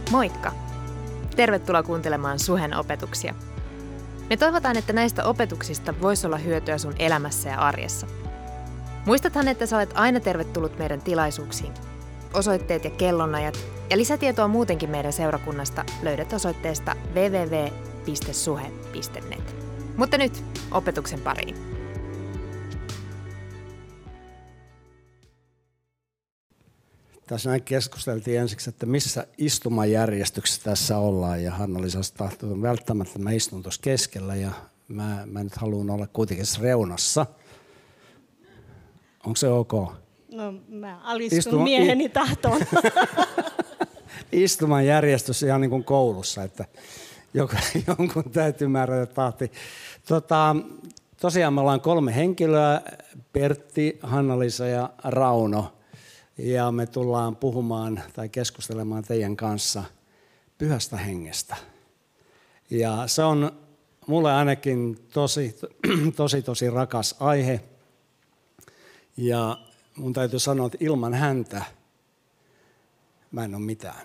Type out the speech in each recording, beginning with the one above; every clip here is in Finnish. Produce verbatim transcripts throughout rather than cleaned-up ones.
Moikka! Tervetuloa kuuntelemaan Suhen opetuksia. Me toivotaan, että näistä opetuksista voisi olla hyötyä sun elämässä ja arjessa. Muistathan, että sä olet aina tervetullut meidän tilaisuuksiin. Osoitteet ja kellonajat ja lisätietoa muutenkin meidän seurakunnasta löydät osoitteesta double-u double-u double-u piste suhe piste net. Mutta nyt opetuksen pariin. Tässä näin keskusteltiin ensiksi, että missä istumajärjestyksessä tässä ollaan, ja Hanna-Liisa olisi tahtonut välttämättä, mä istun tuossa keskellä, ja mä, mä nyt haluan olla kuitenkin reunassa. Onko se ok? No mä alistun Istuma, mieheni i- tahtoon. Istuman järjestys ihan niin kuin koulussa, että jonkun täytyy määrätä tahti. Tota, tosiaan me ollaan kolme henkilöä, Pertti, Hanna-Liisa ja Rauno. Ja me tullaan puhumaan tai keskustelemaan teidän kanssa Pyhästä Hengestä. Ja se on mulle ainakin tosi, tosi, tosi rakas aihe. Ja mun täytyy sanoa, että ilman häntä mä en ole mitään.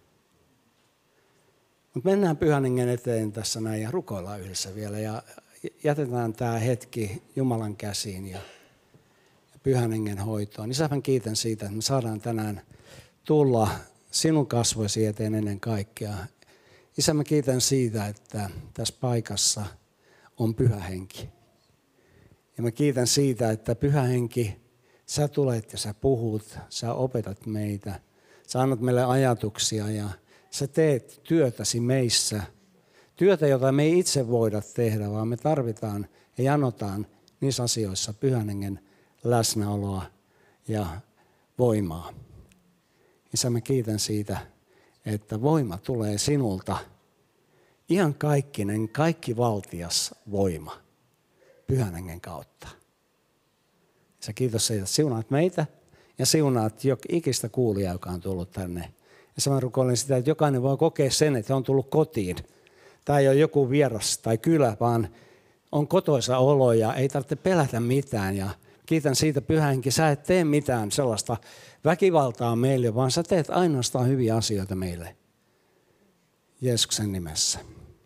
Mutta mennään Pyhän Hengen eteen tässä näin ja rukoillaan yhdessä vielä. Ja jätetään tämä hetki Jumalan käsiin ja Pyhän Hengen hoitoon. Isä, mä kiitän siitä, että me saadaan tänään tulla sinun kasvoisi eteen ennen kaikkea. Isä, mä kiitän siitä, että tässä paikassa on Pyhä Henki. Ja mä kiitän siitä, että Pyhä Henki, sä tulet ja sä puhut, sä opetat meitä. Sä annat meille ajatuksia ja sä teet työtäsi meissä. Työtä, jota me ei itse voida tehdä, vaan me tarvitaan ja janotaan niissä asioissa Pyhän Hengen läsnäoloa ja voimaa. Isä, mä kiitän siitä, että voima tulee sinulta. Ihan kaikkinen, kaikki valtias voima Pyhän Hengen kautta. Isä, kiitos siitä, että siunaat meitä ja siunaat ikistä kuulijaa, joka on tullut tänne. Ja sä mä rukoilen sitä, että jokainen voi kokea sen, että on tullut kotiin. Tämä ei ole joku vieras tai kylä, vaan on kotoisa olo ja ei tarvitse pelätä mitään. Ja kiitän siitä, Pyhä Henki, sä et tee mitään sellaista väkivaltaa meille, vaan sä teet ainoastaan hyviä asioita meille. Jeesuksen nimessä.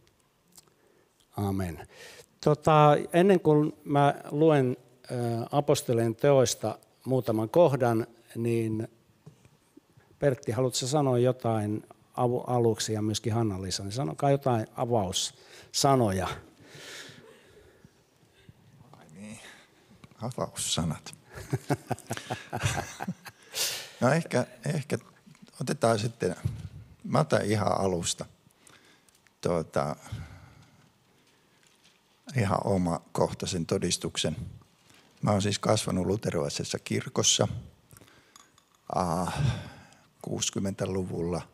Amen. Tota, ennen kuin mä luen ä, apostolien teoista muutaman kohdan, niin Pertti, haluatko sanoa jotain aluksi ja myöskin Hanna-Liisa, niin sanokaa jotain avaussanoja. Avaussanat. No ehkä, ehkä otetaan sitten, mä otan ihan alusta tuota, ihan omakohtaisen todistuksen. Mä oon siis kasvanut luterilaisessa kirkossa äh, kuusikymmentäluvulla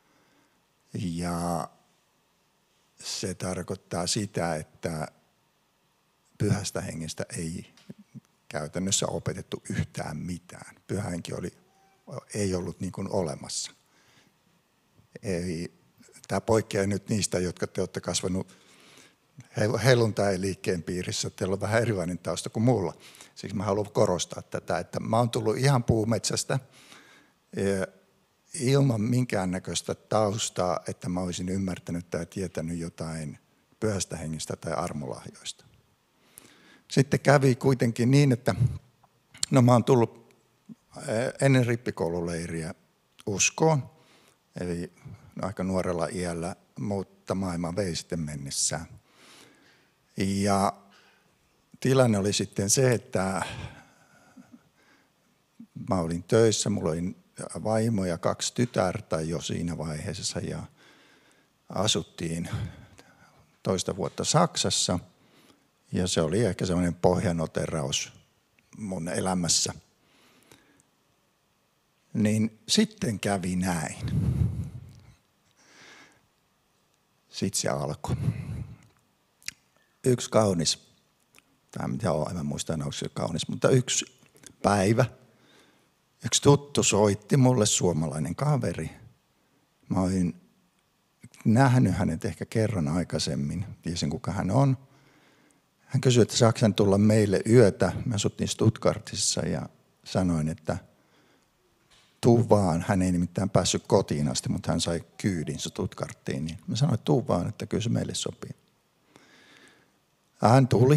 ja se tarkoittaa sitä, että Pyhästä Hengestä ei käytännössä opetettu yhtään mitään. Pyhä Henki oli, ei ollut niin kuin olemassa. Ei, tämä poikkeaa nyt niistä, jotka te olette kasvanut helluntai-liikkeen piirissä. Teillä on vähän erilainen tausta kuin mulla. Siksi mä haluan korostaa tätä, että mä oon tullut ihan puumetsästä ilman minkäännäköistä taustaa, että mä olisin ymmärtänyt tai tietänyt jotain Pyhästä Hengestä tai armolahjoista. Sitten kävi kuitenkin niin, että no mä oon tullut ennen rippikoululeiriä uskoon, eli aika nuorella iällä, mutta maailma vei sitten mennessään. Ja tilanne oli sitten se, että mä olin töissä, mulla oli vaimo ja kaksi tytärtä jo siinä vaiheessa ja asuttiin toista vuotta Saksassa. Ja se oli ehkä semmoinen pohjanoteraus mun elämässä. Niin sitten kävi näin. Sitten se alkoi. Yksi kaunis, tai mitä on, en muista enää, onko se kaunis, mutta yksi päivä, yksi tuttu soitti mulle, suomalainen kaveri. Mä olin nähnyt hänet ehkä kerran aikaisemmin, tiesin kuka hän on. Hän kysyi, että saako hän tulla meille yötä. Me asuttiin Stuttgartissa ja sanoin, että tuu vaan. Hän ei nimittäin päässyt kotiin asti, mutta hän sai kyydin Stuttgarttiin. Niin mä sanoin, että tuu vaan, että kyllä se meille sopii. Hän tuli.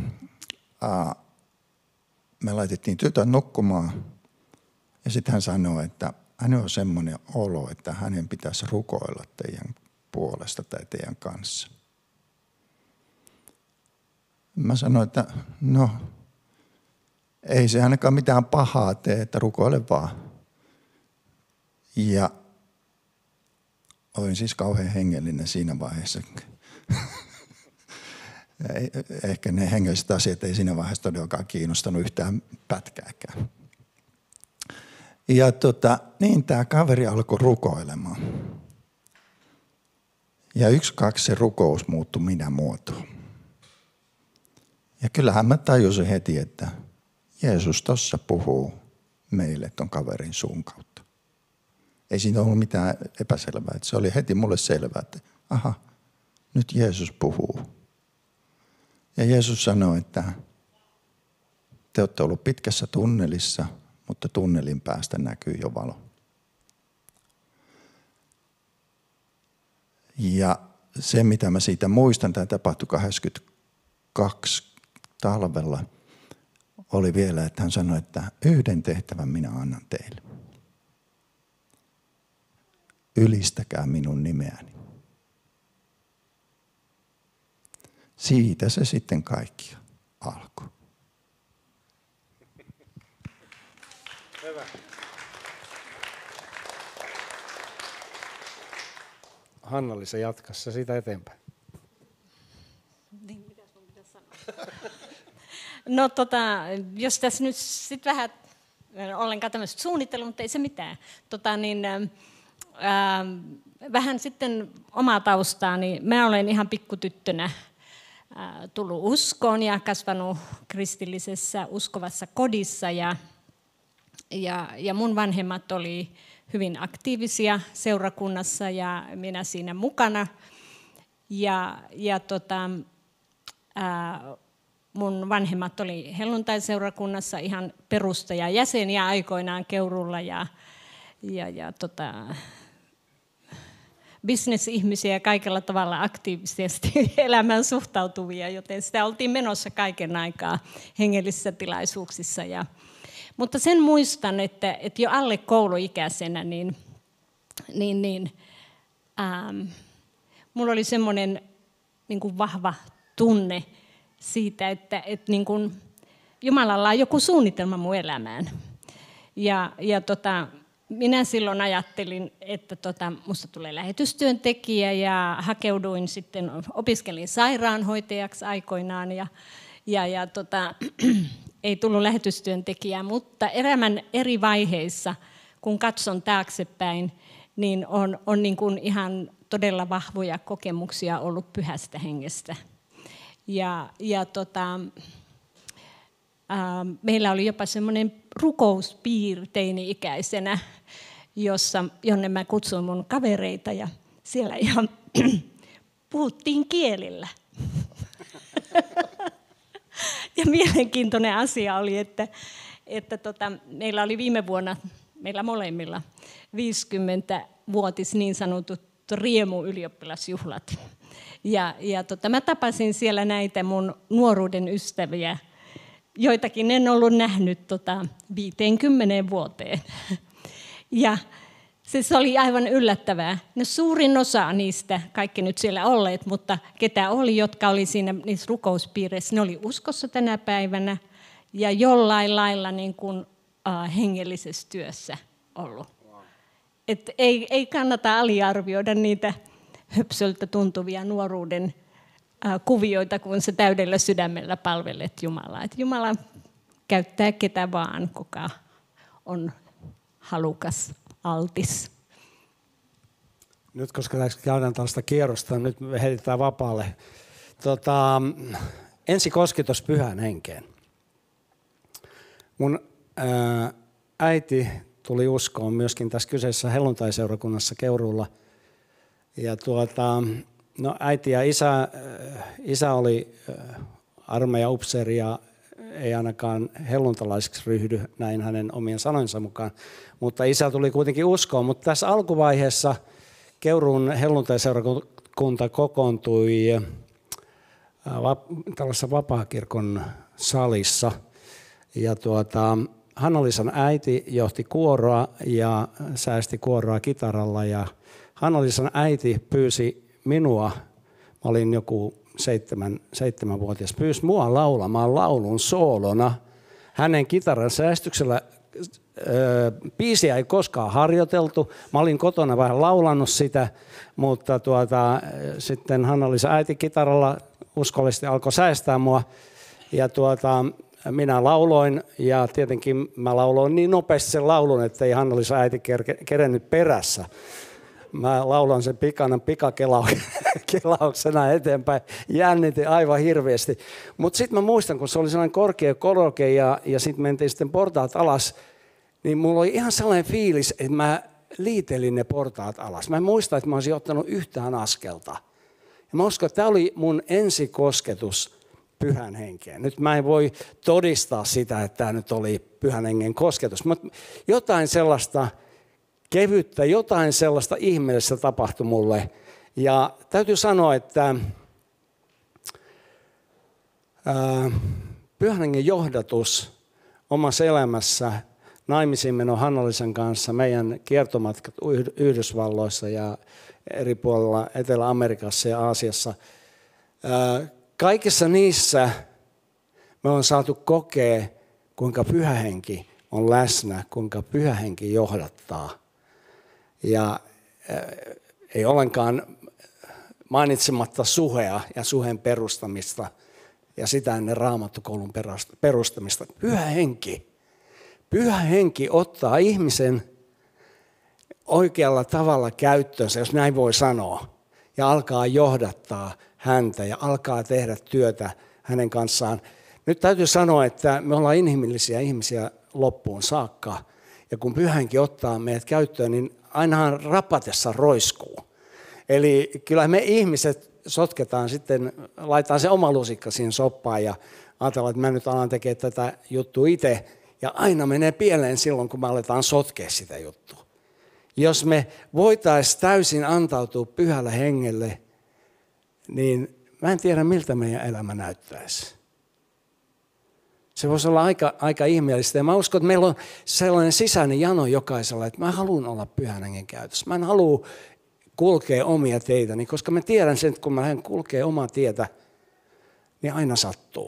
Me laitettiin tytön nukkumaan. Ja sitten hän sanoi, että hän on semmoinen olo, että hänen pitäisi rukoilla teidän puolesta tai teidän kanssa. Mä sanoin, että no, ei se ainakaan mitään pahaa tee, että rukoile vaan. Ja olin siis kauhean hengellinen siinä vaiheessa. Ehkä ne hengelliset asiat ei siinä vaiheessa todellakaan kiinnostanut yhtään pätkääkään. Ja tota, niin tämä kaveri alkoi rukoilemaan. Ja yksi, kaksi se rukous muuttui minä muotoon. Ja kyllähän mä tajusin heti, että Jeesus tossa puhuu meille ton kaverin suun kautta. Ei siinä ollut mitään epäselvää. Että se oli heti mulle selvää, että aha, nyt Jeesus puhuu. Ja Jeesus sanoi, että te olette ollut pitkässä tunnelissa, mutta tunnelin päästä näkyy jo valo. Ja se, mitä mä siitä muistan, tämä tapahtui kahdeksankymmentäkaksi talvella, oli vielä, että hän sanoi, että yhden tehtävän minä annan teille. Ylistäkää minun nimeäni. Siitä se sitten kaikki alkoi. Hyvä. Hanna-Liisa, jatkassa siitä eteenpäin. Niin, mitäs mun pitäisi sanoa? No tota, jos tässä nyt sitten vähän, ollenkaan tämmöistä suunnittelua, mutta ei se mitään. Tota, niin, ää, vähän sitten omaa taustaa, niin mä olen ihan pikkutyttönä ää, tullut uskoon ja kasvanut kristillisessä uskovassa kodissa. Ja, ja, ja mun vanhemmat oli hyvin aktiivisia seurakunnassa ja minä siinä mukana. Ja, ja tota, ää, mun vanhemmat oli helluntaiseurakunnassa ihan perustajajäseniä aikoinaan Keuruulla ja, ja, ja tota, bisnesihmisiä kaikella tavalla aktiivisesti elämään suhtautuvia, joten sitä oltiin menossa kaiken aikaa hengellisissä tilaisuuksissa. Ja, mutta sen muistan, että, että jo alle kouluikäisenä niin, niin, niin, ähm, mulla oli semmoinen niin kuin vahva tunne siitä, että, että niin kuin Jumalalla on joku suunnitelma mun elämään. Ja, ja tota, minä silloin ajattelin, että tota, musta tulee lähetystyöntekijä ja hakeuduin sitten, opiskelin sairaanhoitajaksi aikoinaan ja, ja, ja tota, ei tullut lähetystyöntekijää, mutta elämän eri vaiheissa, kun katson taaksepäin, niin on, on niin kuin ihan todella vahvoja kokemuksia ollut Pyhästä Hengestä. Ja, ja tota, ää, meillä oli jopa semmoinen rukouspiiri teini-ikäisenä, jossa, jonne mä kutsuin mun kavereita ja siellä ihan puhuttiin kielillä. Ja mielenkiintoinen asia oli, että, että tota, meillä oli viime vuonna, meillä molemmilla, viisikymmentävuotis niin sanotut riemu-ylioppilasjuhlat. Ja, ja tota, mä tapasin siellä näitä mun nuoruuden ystäviä, joitakin en ollut nähnyt tota, viiteenkymmeneen vuoteen. Ja se, se oli aivan yllättävää. No, suurin osa niistä, kaikki nyt siellä olleet, mutta ketä oli, jotka oli siinä niissä rukouspiireissä, ne oli uskossa tänä päivänä ja jollain lailla niin kuin, uh, hengellisessä työssä ollut. Et ei, ei kannata aliarvioida niitä höpsöltä tuntuvia nuoruuden uh, kuvioita, kun sä täydellä sydämellä palvelet Jumalaa. Et Jumala käyttää ketä vaan, kuka on halukas, altis. Nyt koska käydään tällaista kierrosta, nyt me heitetään vapaalle. Tota, ensi kosketus Pyhään Henkeen. Mun ää, äiti tuli uskoon myöskin tässä kyseisessä helluntaiseurakunnassa Keuruulla. Ja tuota, no äiti ja isä, isä oli armeijaupseeri ja ei ainakaan helluntalaiseksi ryhdy, näin hänen omien sanoinsa mukaan. Mutta isä tuli kuitenkin uskoon. Mutta tässä alkuvaiheessa Keuruun helluntaiseurakunta kokoontui tällaisessa vapaakirkon salissa. Ja tuota, Hanna-Liisan äiti johti kuoroa ja säästi kuoroa kitaralla. Ja Hanna-Liisan äiti pyysi minua, mä olin joku seitsemän, seitsemänvuotias, pyysi mua laulamaan laulun soolona. Hänen kitaran säästyksellä öö, biisiä ei koskaan harjoiteltu. Mä olin kotona vähän laulannut sitä, mutta tuota, sitten Hanna-Liisan äiti kitaralla uskollisesti alkoi säästää mua. Ja tuota, minä lauloin ja tietenkin mä lauloin niin nopeasti sen laulun, että ei Hanna-Liisan äiti kerennyt perässä. Mä laulan sen pikanan pikakelauksena eteenpäin, jännitin aivan hirveästi. Mutta sitten mä muistan, kun se oli sellainen korkea koroke ja, ja sitten mentiin sitten portaat alas, niin mulla oli ihan sellainen fiilis, että mä liitelin ne portaat alas. Mä en muista, että mä olisin ottanut yhtään askelta. Ja mä uskon, että tämä oli mun ensikosketus Pyhän Henkeen. Nyt mä en voi todistaa sitä, että tämä nyt oli Pyhän Hengen kosketus, mutta jotain sellaista kevyttä, jotain sellaista ihmeellistä tapahtui mulle. Ja täytyy sanoa, että ää, Pyhän Hengen johdatus omassa elämässä, naimisiin meno Hanna-Liisan kanssa, meidän kiertomatkat Yhdysvalloissa ja eri puolilla Etelä-Amerikassa ja Aasiassa, ää, kaikissa niissä me on saatu kokea, kuinka Pyhä Henki on läsnä, kuinka Pyhä Henki johdattaa. Ja äh, ei ollenkaan mainitsematta Suhea ja Suhen perustamista ja sitä ennen Raamattukoulun perustamista. Pyhä Henki. Pyhä Henki ottaa ihmisen oikealla tavalla käyttöönsä, jos näin voi sanoa, ja alkaa johdattaa häntä ja alkaa tehdä työtä hänen kanssaan. Nyt täytyy sanoa, että me ollaan inhimillisiä ihmisiä loppuun saakka. Ja kun Pyhä Henki ottaa meidät käyttöön, niin ainahan rapatessa roiskuu. Eli kyllä me ihmiset sotketaan sitten, laitetaan se oma lusikka siihen soppaan ja ajatellaan, että mä nyt alan tekemään tätä juttua itse. Ja aina menee pieleen silloin, kun me aletaan sotkea sitä juttua. Jos me voitaisiin täysin antautua Pyhälle Hengelle, niin mä en tiedä, miltä meidän elämä näyttäisi. Se voisi olla aika, aika ihmeellistä. Ja mä uskon, että meillä on sellainen sisäinen jano jokaisella, että mä haluan olla Pyhän Hengen käytössä. Mä en halua kulkea omia teitäni, koska mä tiedän sen, että kun mä lähden kulkee omaa tietä, niin aina sattuu.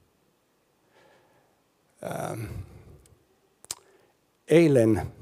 Ähm. Eilen äh,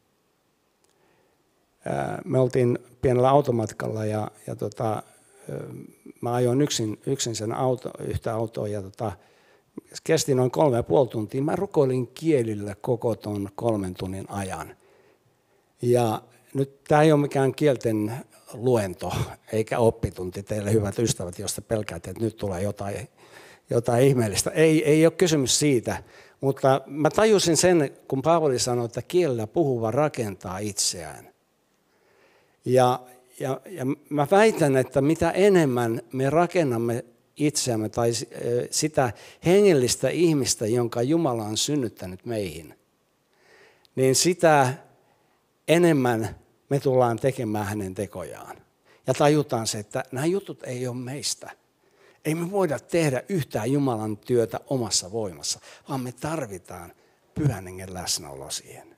me oltiin pienellä automatkalla ja, ja tota, äh, mä ajoin yksin, yksin sen auto, yhtä autoa ja tota, kesti noin kolme ja puoli tuntia. Mä rukoilin kielillä koko ton kolmen tunnin ajan. Ja nyt tämä ei ole mikään kielten luento eikä oppitunti teille hyvät ystävät, jos te pelkäätte, että nyt tulee jotain, jotain ihmeellistä. Ei, ei ole kysymys siitä, mutta mä tajusin sen, kun Paavali sanoi, että kielellä puhuva rakentaa itseään. Ja, ja, ja mä väitän, että mitä enemmän me rakennamme itseämme tai sitä hengellistä ihmistä, jonka Jumala on synnyttänyt meihin, niin sitä enemmän me tullaan tekemään hänen tekojaan. Ja tajutaan se, että nämä jutut ei ole meistä. Ei me voida tehdä yhtään Jumalan työtä omassa voimassa, vaan me tarvitaan Pyhän Hengen läsnäolo siihen.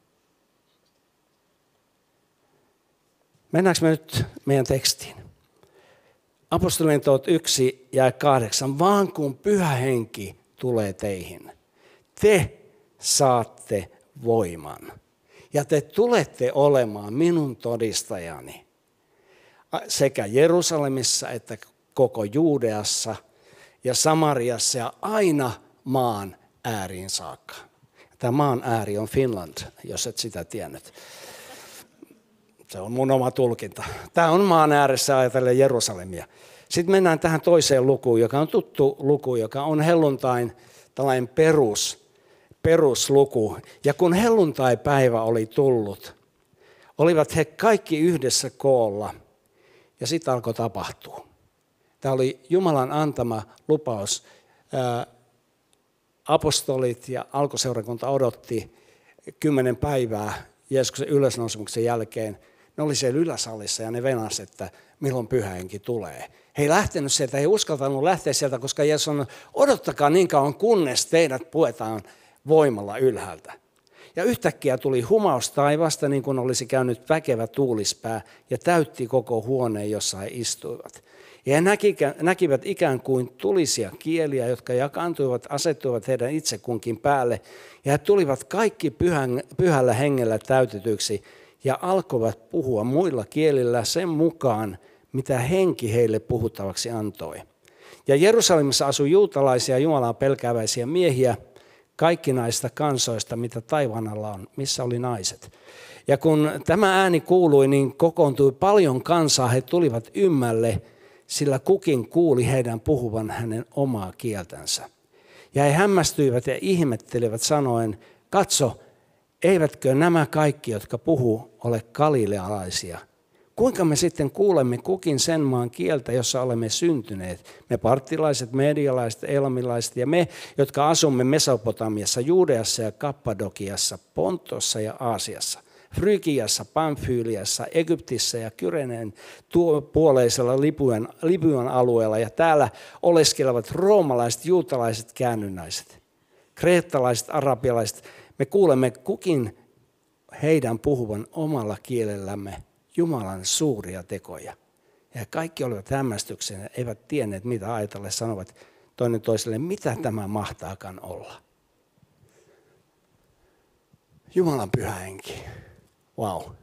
Mennäänkö me nyt meidän tekstiin? Apostolien teot yksi ja kahdeksan. Vaan kun Pyhä Henki tulee teihin, te saatte voiman. Ja te tulette olemaan minun todistajani sekä Jerusalemissa että koko Juudeassa ja Samariassa ja aina maan ääriin saakka. Tämä maan ääri on Finland, jos et sitä tiennyt. Se on mun oma tulkinta. Tämä on maan ääressä ajatellen Jerusalemia. Sitten mennään tähän toiseen lukuun, joka on tuttu luku, joka on helluntain tällainen perus, perusluku. Ja kun helluntaipäivä oli tullut, olivat he kaikki yhdessä koolla ja sitten alkoi tapahtua. Tämä oli Jumalan antama lupaus ää, apostolit ja alkuseurakunta odotti kymmenen päivää Jeesuksen ylösnousemuksen jälkeen. Ne oli siellä yläsalissa ja ne venasi, että milloin Pyhä Henki tulee. He ei lähtenyt sieltä, he ei uskaltanut lähteä sieltä, koska Jeesus sanoi, odottakaa niin kauan, kunnes teidät puetaan voimalla ylhäältä. Ja yhtäkkiä tuli humaus taivasta, niin kuin olisi käynyt väkevä tuulispää, ja täytti koko huoneen, jossa he istuivat. Ja he näkivät ikään kuin tulisia kieliä, jotka jakaantuivat, asettuivat heidän itse kunkin päälle. Ja he tulivat kaikki pyhän, pyhällä hengellä täytetyksi ja alkoivat puhua muilla kielillä sen mukaan, mitä henki heille puhuttavaksi antoi. Ja Jerusalemissa asui juutalaisia Jumalaa pelkääväisiä miehiä, kaikki näistä kansoista, mitä taivaan alla on, missä oli naiset. Ja kun tämä ääni kuului, niin kokoontui paljon kansaa, he tulivat ymmälle, sillä kukin kuuli heidän puhuvan hänen omaa kieltänsä. Ja he hämmästyivät ja ihmettelivät sanoen, katso, eivätkö nämä kaikki, jotka puhuu, ole galilealaisia? Kuinka me sitten kuulemme kukin sen maan kieltä, jossa olemme syntyneet? Me parttilaiset, medialaiset, elamilaiset ja me, jotka asumme Mesopotamiassa, Juudeassa ja Kappadokiassa, Pontossa ja Aasiassa, Frygiassa, Pamfyliassa, Egyptissä ja Kyreneen puoleisella Libyan, Libyan alueella ja täällä oleskelevat roomalaiset, juutalaiset, käännynnäiset, kreettalaiset, arabialaiset. Me kuulemme kukin heidän puhuvan omalla kielellämme Jumalan suuria tekoja. Ja kaikki olivat hämmästyksenä, eivät tienneet mitä ajatella, sanovat toinen toiselle, mitä tämä mahtaakaan olla. Jumalan Pyhä Henki. Vau. Wow.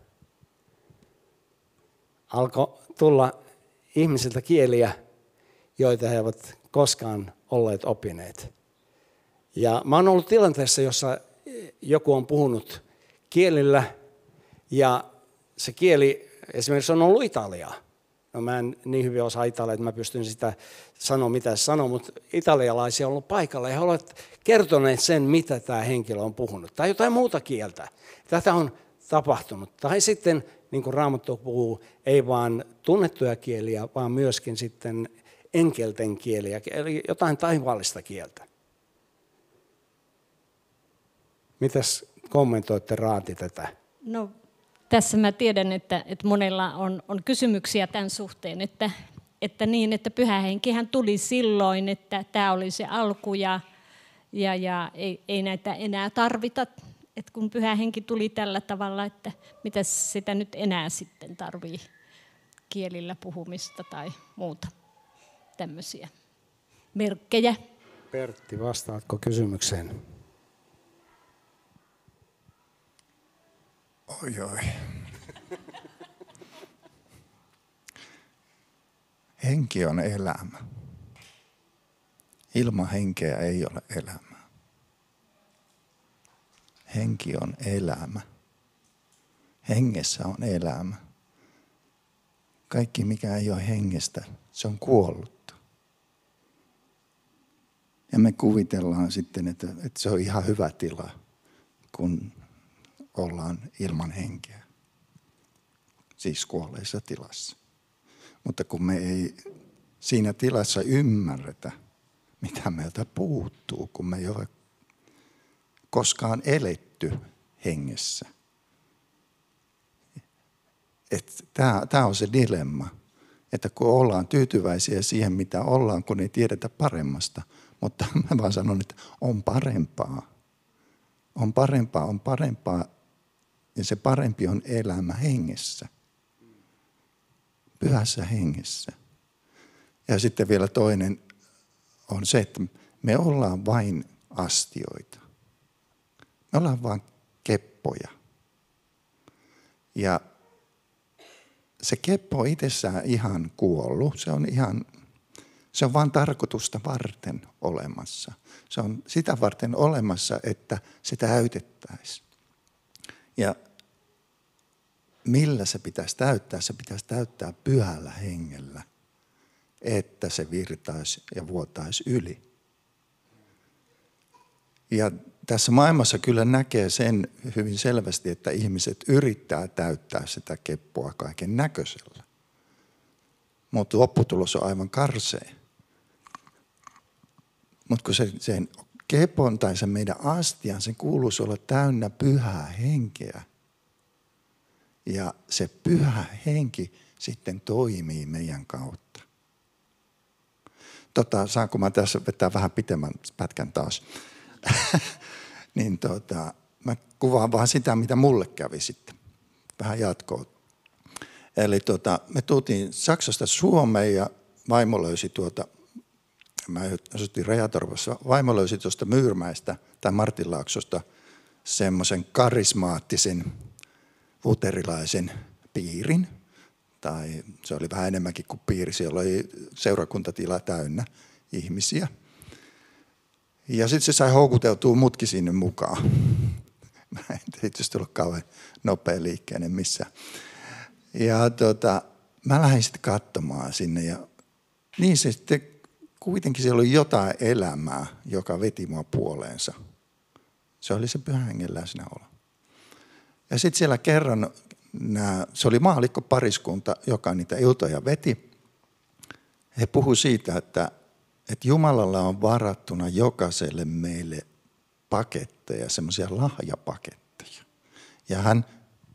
Alkoi tulla ihmisiltä kieliä, joita he eivät koskaan olleet opineet. Ja mä oon ollut tilanteessa, jossa joku on puhunut kielillä ja se kieli esimerkiksi on ollut italiaa. No mä en niin hyvin osaa italiaa, että mä pystyn sitä sanoa mitä se sanoo, mutta italialaisia on ollut paikalla ja he ovat kertoneet sen, mitä tämä henkilö on puhunut. Tai jotain muuta kieltä. Tätä on tapahtunut. Tai sitten, niin kuin Raamattu puhuu, ei vaan tunnettuja kieliä, vaan myöskin sitten enkelten kieliä, eli jotain taivaallista kieltä. Mitäs kommentoitte Raati tätä? No tässä mä tiedän, että, että monella on, on kysymyksiä tämän suhteen, että, että niin, että Pyhä Henkihän tuli silloin, että tämä oli se alku ja, ja, ja ei, ei näitä enää tarvita. Että kun Pyhä Henki tuli tällä tavalla, että mitä sitä nyt enää sitten tarvii kielillä puhumista tai muuta tämmöisiä merkkejä. Pertti, vastaatko kysymykseen? Oi oi. Henki on elämä. Ilman henkeä ei ole elämää. Henki on elämä. Hengessä on elämä. Kaikki mikä ei ole hengestä, se on kuollutta. Ja me kuvitellaan sitten, että, että se on ihan hyvä tila, kun ollaan ilman henkeä. Siis kuolleessa tilassa. Mutta kun me ei siinä tilassa ymmärretä, mitä meiltä puuttuu, kun me ei ole koskaan eletty hengessä. Tämä on se dilemma, että kun ollaan tyytyväisiä siihen, mitä ollaan, kun ei tiedetä paremmasta. Mutta mä vaan sanon, että on parempaa. On parempaa, on parempaa. Ja se parempi on elämä hengessä. Pyhässä hengessä. Ja sitten vielä toinen on se, että me ollaan vain astioita. Me ollaan vain keppoja. Ja se keppo on itsessään ihan kuollut. Se on ihan, se on vain tarkoitusta varten olemassa. Se on sitä varten olemassa, että se täytettäisiin. Ja millä se pitäisi täyttää? Se pitäisi täyttää pyhällä hengellä, että se virtaisi ja vuotaisi yli. Ja tässä maailmassa kyllä näkee sen hyvin selvästi, että ihmiset yrittää täyttää sitä keppoa kaiken näköisellä. Mutta lopputulos on aivan karsea. Mutta kun se, sen kepon tai se meidän astian, sen kuuluisi olla täynnä pyhää henkeä. Ja se pyhä henki sitten toimii meidän kautta. Tota, saanko mä tässä vetää vähän pitemmän pätkän taas? niin tota, mä kuvaan vaan sitä, mitä mulle kävi sitten. Vähän jatkoa. Eli tota, me tultiin Saksasta Suomeen ja vaimo löysi tuota, mä asuttiin Rajatorvassa, vaimo löysi tuosta Myyrmäestä tai Martinlaaksosta semmoisen karismaattisen luterilaisen piirin. Tai se oli vähän enemmänkin kuin piiri, siellä oli seurakuntatila täynnä ihmisiä. Ja sitten se sai houkuteltua mutkin sinne mukaan. Mä en tietysti ollut kauhean nopea liikkeinen missään. Ja tota, mä lähdin sitten katsomaan sinne ja niin se sitten kuitenkin siellä oli jotain elämää, joka veti mua puoleensa. Se oli se Pyhän Hengen läsnäolo. Ja sitten siellä kerran, nää, se oli maallikko pariskunta, joka niitä iltoja veti. He puhui siitä, että, että Jumalalla on varattuna jokaiselle meille paketteja, semmoisia lahjapaketteja. Ja hän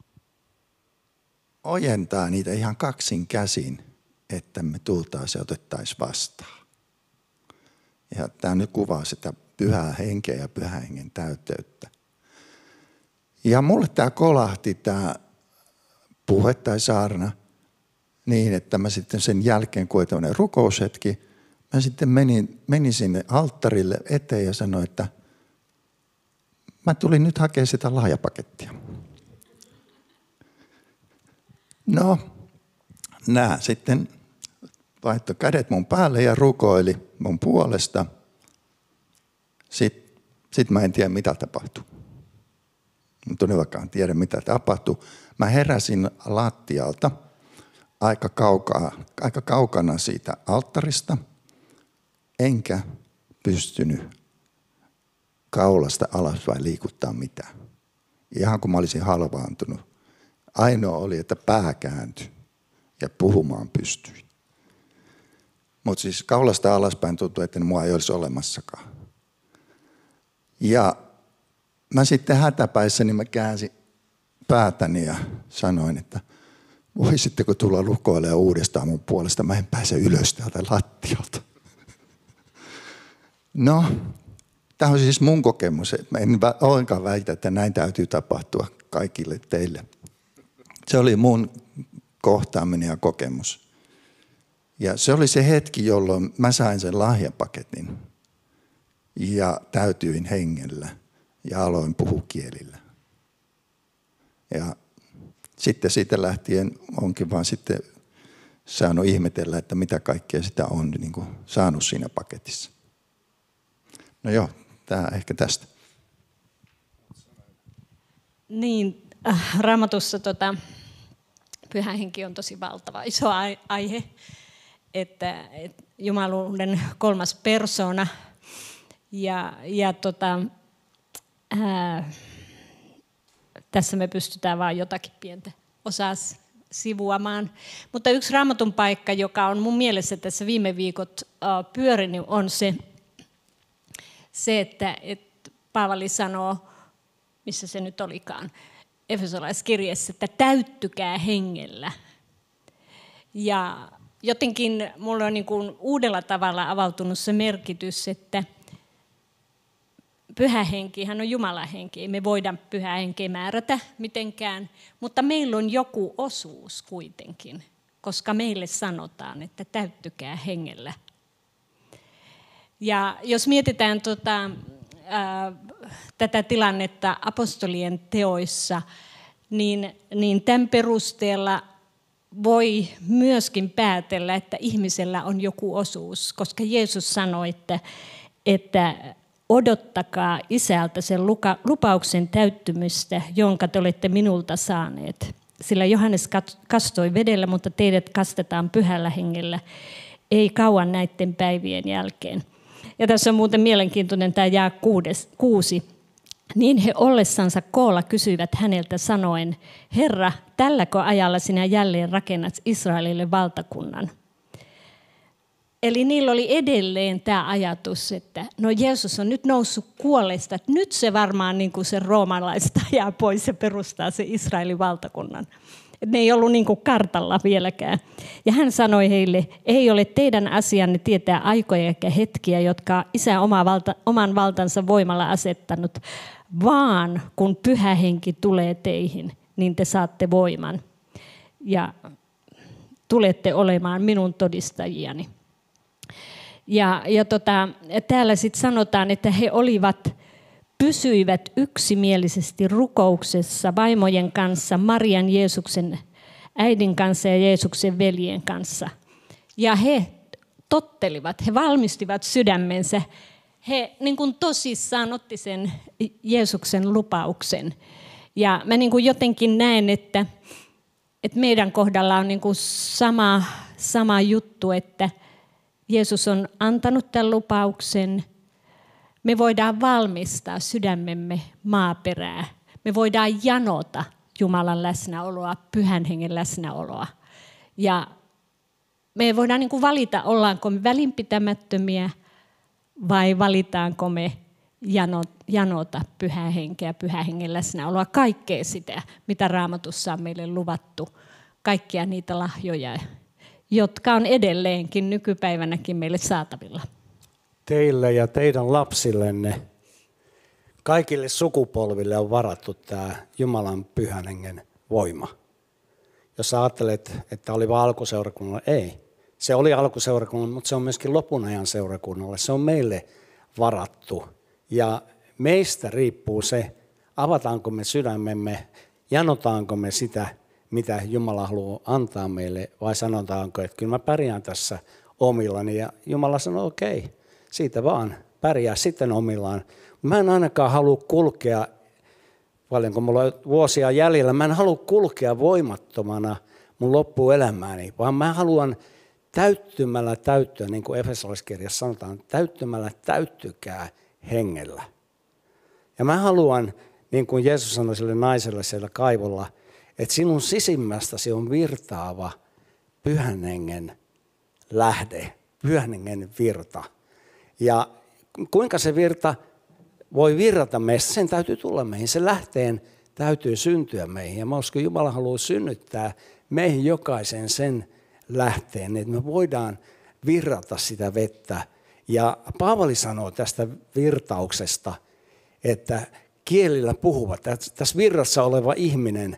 ojentaa niitä ihan kaksin käsin, että me tultaisiin ja otettaisiin vastaan. Ja tämä nyt kuvaa sitä pyhää henkeä ja pyhän hengen täyteyttä. Ja mulle tämä kolahti, tämä puhe tai saarna, niin että mä sitten sen jälkeen, kun oli tämmöinen rukoushetki, mä sitten menin, menin sinne alttarille eteen ja sanoin, että mä tulin nyt hakemaan sitä lahjapakettia. No, nää sitten vaihtoi kädet mun päälle ja rukoili mun puolesta. Sitten sit mä en tiedä, mitä tapahtui. Mä todellakaan tiedä, mitä tapahtui. Mä heräsin lattialta aika, kaukaa, aika kaukana siitä alttarista, enkä pystynyt kaulasta alaspäin liikuttaa mitään. Ihan kuin mä olisin halvaantunut. Ainoa oli, että pää kääntyi ja puhumaan pystyi. Mutta siis kaulasta alaspäin tuntui, että mua ei olisi olemassakaan. Ja mä sitten hätäpäissäni mä käänsin päätäni ja sanoin, että voisitteko tulla rukoilemaan uudestaan mun puolesta, mä en pääse ylös täältä lattialta. No, tämä on siis mun kokemus. Mä en ollenkaan väitä, että näin täytyy tapahtua kaikille teille. Se oli mun kohtaaminen ja kokemus. Ja se oli se hetki, jolloin mä sain sen lahjapaketin ja täytyin hengellä ja aloin puhua kielillä. Ja sitten siitä lähtien onkin vaan sitten saanut ihmetellä, että mitä kaikkea sitä on niin kuin saanut siinä paketissa. No joo, tämä ehkä tästä. Niin, äh, Raamatussa tota, Pyhä Henki on tosi valtava iso aihe, että, että Jumaluuden kolmas persoona ja, ja tota, ää, tässä me pystytään vain jotakin pientä osaa sivuamaan. Mutta yksi Raamatun paikka, joka on mun mielessä tässä viime viikot äh, pyörinyt, on se, se että, että Paavali sanoo, missä se nyt olikaan, Efesolaiskirjeessä, että täyttykää hengellä. Ja jotenkin mulle on niin kuin uudella tavalla avautunut se merkitys, että Pyhä Henkihän on Jumalan henki. Ei me voida Pyhää Henkeä määrätä mitenkään, mutta meillä on joku osuus kuitenkin, koska meille sanotaan, että täyttykää hengellä. Ja jos mietitään tota, ää, tätä tilannetta apostolien teoissa, niin, niin tämän perusteella voi myöskin päätellä, että ihmisellä on joku osuus, koska Jeesus sanoi, että, että odottakaa Isältä sen lupauksen täyttymystä, jonka te olette minulta saaneet. Sillä Johannes kastoi vedellä, mutta teidät kastetaan Pyhällä Hengellä, ei kauan näiden päivien jälkeen. Ja tässä on muuten mielenkiintoinen tämä jää kuusi. Niin he ollessansa koolla kysyivät häneltä sanoen, Herra, tälläkö ajalla sinä jälleen rakennat Israelille valtakunnan? Eli niillä oli edelleen tämä ajatus, että no Jeesus on nyt noussut kuolleista, että nyt se varmaan niin kuin se roomalaista ajaa pois ja perustaa se Israelin valtakunnan. Et ne ei ollut niin kuin kartalla vieläkään. Ja hän sanoi heille, ei ole teidän asianne tietää aikoja eikä hetkiä, jotka Isä oma valta, oman valtansa voimalla asettanut, vaan kun Pyhä Henki tulee teihin, niin te saatte voiman ja tulette olemaan minun todistajiani. Ja, ja tota, täällä sitten sanotaan, että he olivat, pysyivät yksimielisesti rukouksessa vaimojen kanssa, Marian Jeesuksen äidin kanssa ja Jeesuksen veljen kanssa. Ja he tottelivat, he valmistivat sydämensä. He niin kuin tosissaan otti sen Jeesuksen lupauksen. Ja mä niin kuin jotenkin näen, että, että meidän kohdalla on niin kuin sama, sama juttu, että Jeesus on antanut tämän lupauksen. Me voidaan valmistaa sydämemme maaperää. Me voidaan janota Jumalan läsnäoloa, Pyhän Hengen läsnäoloa. Ja me voidaan niin kuin valita, ollaanko me välinpitämättömiä vai valitaanko me janota Pyhää Henkeä, Pyhän Hengen läsnäoloa, kaikkea sitä, mitä Raamatussa on meille luvattu, kaikkia niitä lahjoja, jotka on edelleenkin nykypäivänäkin meille saatavilla. Teille ja teidän lapsillenne, kaikille sukupolville on varattu tämä Jumalan Pyhän Hengen voima. Jos ajattelet, että oli vain alkuseurakunnalle, ei. Se oli alkuseurakunnalle, mutta se on myöskin lopun ajan seurakunnalle. Se on meille varattu. Ja meistä riippuu se, avataanko me sydämemme, janotaanko me sitä, mitä Jumala haluaa antaa meille, vai sanotaanko, että kyllä mä pärjään tässä omillani. Ja Jumala sanoo, okei, okay, siitä vaan pärjää sitten omillaan. Mä en ainakaan halua kulkea, paljonko mulla on vuosia jäljellä, mä en halua kulkea voimattomana mun loppuelämääni, vaan mä haluan täyttymällä täyttyä, niin kuin Efesolaiskirjassa sanotaan, täyttymällä täyttykää hengellä. Ja mä haluan, niin kuin Jeesus sanoi sille naiselle siellä kaivolla, että sinun sisimmästäsi on virtaava Pyhän Hengen lähde, Pyhän Hengen virta. Ja kuinka se virta voi virrata meistä, sen täytyy tulla meihin. Se lähteen täytyy syntyä meihin. Ja mä uskon, Jumala haluaa synnyttää meihin jokaisen sen lähteen, että me voidaan virrata sitä vettä. Ja Paavali sanoo tästä virtauksesta, että kielillä puhuva, tässä virrassa oleva ihminen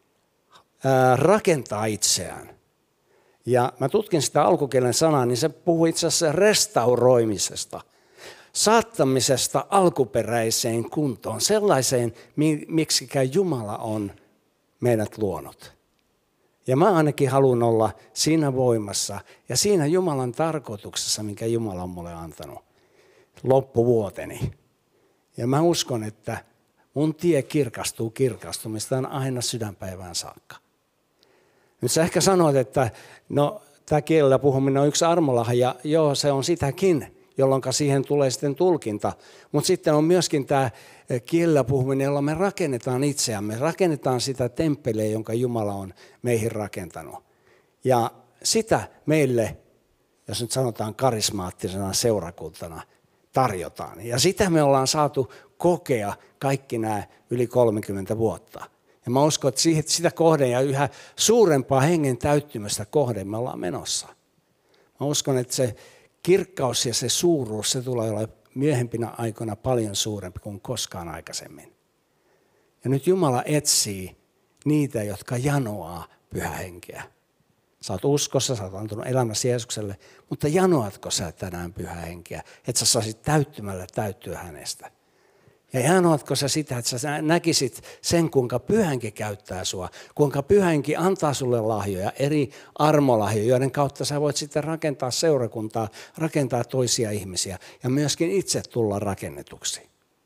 ää, rakentaa itseään. Ja mä tutkin sitä alkukielen sanaa, niin se puhuu itse asiassa restauroimisesta, saattamisesta alkuperäiseen kuntoon, sellaiseen, miksikä Jumala on meidät luonut. Ja mä ainakin haluan olla siinä voimassa ja siinä Jumalan tarkoituksessa, minkä Jumala on mulle antanut loppuvuoteni. Ja mä uskon, että mun tie kirkastuu kirkastumistaan aina sydänpäivään saakka. Nyt sä ehkä sanoit, että no, tämä kielellä puhuminen on yksi armolahja. Joo, se on sitäkin, jolloin siihen tulee sitten tulkinta. Mutta sitten on myöskin tämä kielellä puhuminen, jolla me rakennetaan itseämme. Rakennetaan sitä temppeliä, jonka Jumala on meihin rakentanut. Ja sitä meille, jos nyt sanotaan karismaattisena seurakuntana, tarjotaan. Ja sitä me ollaan saatu kokea kaikki nämä yli kolmekymmentä vuotta. Ja mä uskon, että sitä kohden ja yhä suurempaa hengen täyttymystä kohden me ollaan menossa. Mä uskon, että se kirkkaus ja se suuruus, se tulee olla myöhempinä aikoina paljon suurempi kuin koskaan aikaisemmin. Ja nyt Jumala etsii niitä, jotka janoaa Pyhää Henkeä. Sä oot uskossa, sä oot antanut elämäsi Jeesukselle, mutta janoatko sä tänään Pyhää Henkeä, että sä saisit täyttymällä täyttyä hänestä? Ja janoatko sä sitä, että sä näkisit sen, kuinka Pyhä Henki käyttää sua, kuinka Pyhä Henki antaa sulle lahjoja, eri armolahjoja, joiden kautta sä voit sitten rakentaa seurakuntaa, rakentaa toisia ihmisiä ja myöskin itse tulla rakennetuksi.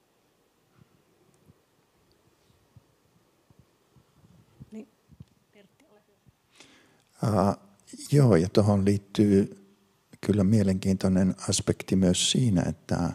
Uh, joo, ja tuohon liittyy kyllä mielenkiintoinen aspekti myös siinä, että,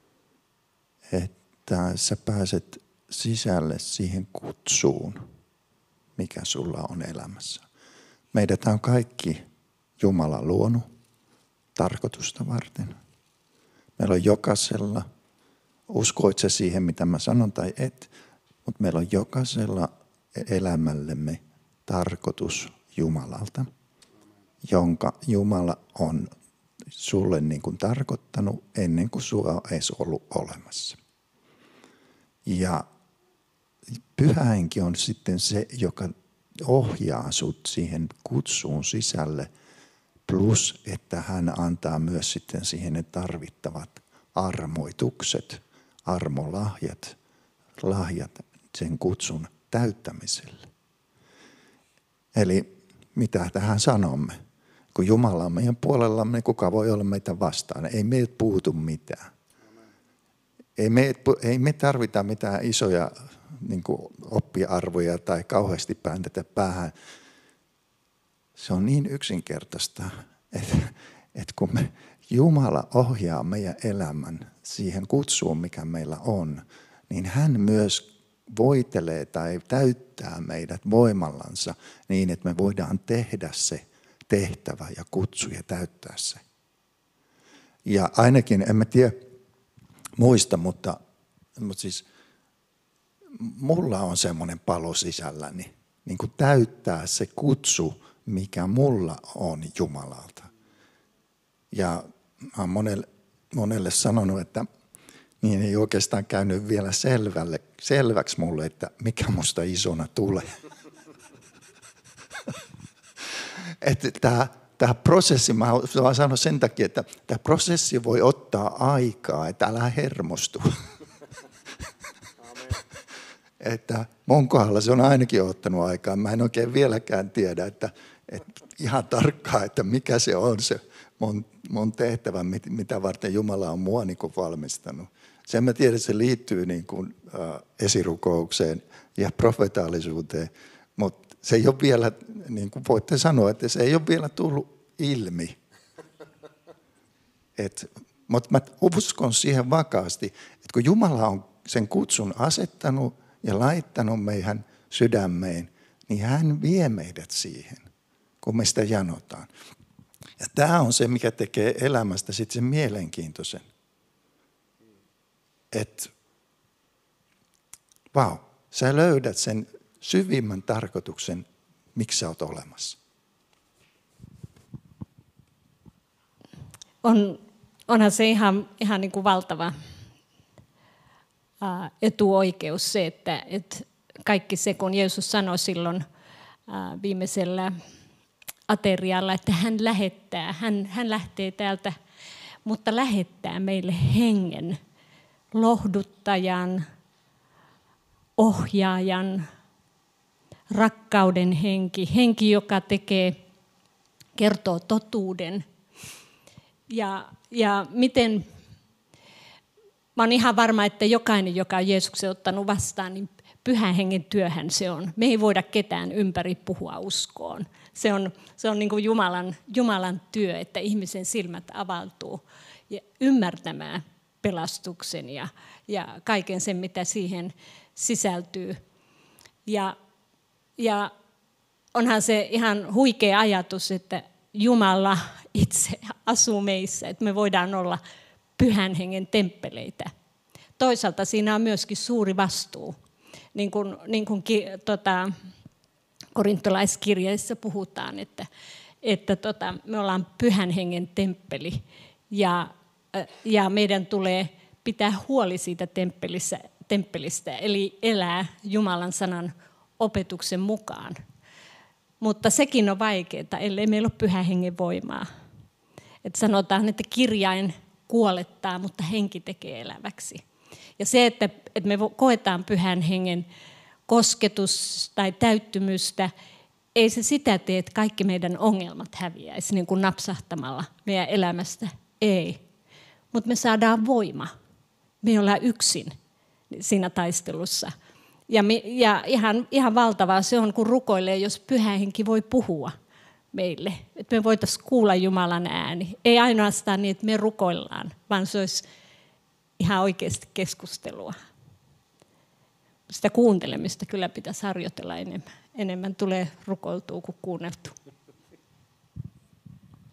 että sä pääset sisälle siihen kutsuun, mikä sulla on elämässä. Meidät on kaikki Jumala luonut tarkoitusta varten. Meillä on jokaisella, uskoit sä siihen mitä mä sanon tai et, mutta meillä on jokaisella elämällemme tarkoitus Jumalalta, jonka Jumala on sulle niin kuin tarkoittanut ennen kuin sulla on edes ollut olemassa. Ja Pyhä Henki on sitten se, joka ohjaa sut siihen kutsuun sisälle, plus että hän antaa myös sitten siihen ne tarvittavat armoitukset, armolahjat, lahjat sen kutsun täyttämiselle. Eli mitä tähän sanomme? Kun Jumala on meidän puolellamme, kuka voi olla meitä vastaan? Ei meiltä puutu mitään. Ei me, ei me tarvita mitään isoja niin kuin oppiarvoja tai kauheasti pääntetä päähän. Se on niin yksinkertaista, että, että kun me, Jumala ohjaa meidän elämän siihen kutsuun, mikä meillä on, niin hän myös voitelee tai täyttää meidät voimallansa niin, että me voidaan tehdä se tehtävä ja kutsu ja täyttää se. Ja ainakin, en mä tiedä muista, mutta, mutta siis mulla on semmoinen palo sisälläni, niin kuin täyttää se kutsu, mikä mulla on Jumalalta. Ja mä oon monelle, monelle sanonut, että niin ei oikeastaan käynyt vielä selvälle, selväksi mulle, että mikä musta isona tulee. Että tämä, tämä prosessi, mä vaan sanon sen takia, että tämä prosessi voi ottaa aikaa, että älä hermostu. Että mun kohdalla se on ainakin ottanut aikaa. Mä en oikein vieläkään tiedä, että, että ihan tarkkaan, että mikä se on se mun, mun tehtävä, mitä varten Jumala on mua niin kuin valmistanut. Sen mä tiedän, että se liittyy niin kuin, äh, esirukoukseen ja profetaalisuuteen, mutta se ei ole vielä, niin kuin voitte sanoa, että se ei ole vielä tullut ilmi. Mutta mä uskon siihen vakaasti, että kun Jumala on sen kutsun asettanut ja laittanut meidän sydämeen, niin hän vie meidät siihen, kun me sitä janotaan. Ja tämä on se, mikä tekee elämästä sitten sen mielenkiintoisen. Että vau, wow, sä löydät sen syvimmän tarkoituksen, miksi sä oot olemassa. On, onhan se ihan, ihan niin kuin valtava ää, etuoikeus se, että, että kaikki se, kun Jeesus sanoi silloin ää, viimeisellä aterialla, että hän lähettää, hän, hän lähtee täältä, mutta lähettää meille hengen, lohduttajan, ohjaajan, rakkauden henki, henki, joka tekee, kertoo totuuden. Ja, ja miten, mä oon ihan varma, että jokainen, joka on Jeesuksen ottanut vastaan, niin Pyhän Hengen työhän se on. Me ei voida ketään ympäri puhua uskoon. Se on, se on niin kuin Jumalan, Jumalan työ, että ihmisen silmät avautuu ja ymmärtämään pelastuksen ja, ja kaiken sen, mitä siihen sisältyy. Ja, ja onhan se ihan huikea ajatus, että Jumala itse asuu meissä, että me voidaan olla Pyhän Hengen temppeleitä. Toisaalta siinä on myöskin suuri vastuu. Niin kuin, niin kuin tota, korintolaiskirjeessä puhutaan, että, että tota, me ollaan Pyhän Hengen temppeli ja, ja meidän tulee pitää huoli siitä temppelissä, temppelistä, eli elää Jumalan sanan opetuksen mukaan. Mutta sekin on vaikeaa, ellei meillä ole Pyhän Hengen voimaa. Et sanotaan, että kirjain kuolettaa, mutta henki tekee eläväksi. Ja se, että, että me koetaan Pyhän Hengen kosketus tai täyttymystä, ei se sitä tee, että kaikki meidän ongelmat häviäisi niin kuin napsahtamalla meidän elämästä. Ei. Mutta me saadaan voima. Me ollaan yksin siinä taistelussa. Ja, me, ja ihan, ihan valtavaa se on, kun rukoilee, jos Pyhä Henki voi puhua meille. Että me voitaisiin kuulla Jumalan ääni. Ei ainoastaan niin, että me rukoillaan, vaan se olisi ihan oikeasti keskustelua. Sitä kuuntelemista kyllä pitäisi harjoitella enemmän. Enemmän tulee rukoiltua kuin kuunneltua.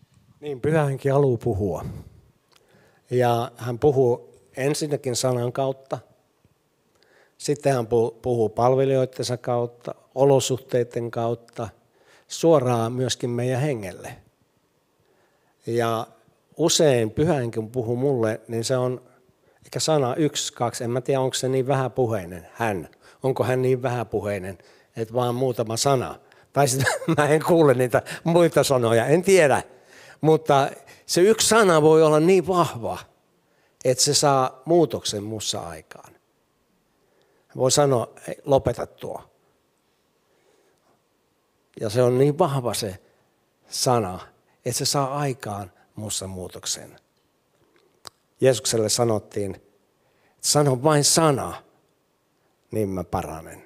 Niin, Pyhä Henki haluaa puhua. Ja hän puhuu ensinnäkin sanan kautta. Sitten hän puhuu palvelijoittensa kautta, olosuhteiden kautta, suoraan myöskin meidän hengelle. Ja usein Pyhä Henki kun puhuu mulle, niin se on ehkä sana yksi, kaksi. En mä tiedä, onko se niin vähäpuheinen, hän. Onko hän niin vähäpuheinen, että vaan muutama sana. Tai sitten mä en kuule niitä muita sanoja, en tiedä. Mutta se yksi sana voi olla niin vahva, että se saa muutoksen mussa aikaan. Voi sanoa, lopeta tuo. Ja se on niin vahva se sana, että se saa aikaan mussa muutoksen. Jeesukselle sanottiin, että sano vain sana, niin mä paranen.